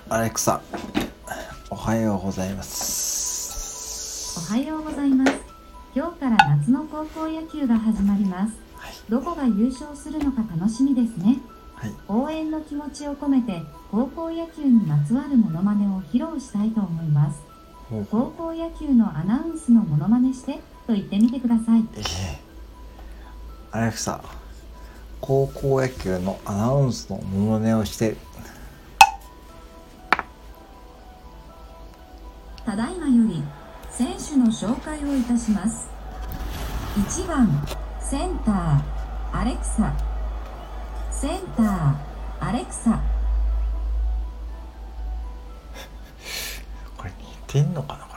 アレクサ、おはようございます。 おはようございます。今日から夏の高校野球が始まります。 はい、 どこが優勝するのか楽しみですね。 はい、 応援の気持ちを込めて高校野球にまつわるモノマネを披露したいと思います。高校野球のアナウンスのモノマネしてと言ってみてください。 アレクサ、高校野球のアナウンスのモノマネをして。 ただいまより選手の紹介をいたします。1番センターアレクサ、センターアレクサ。 これ似てんのかな。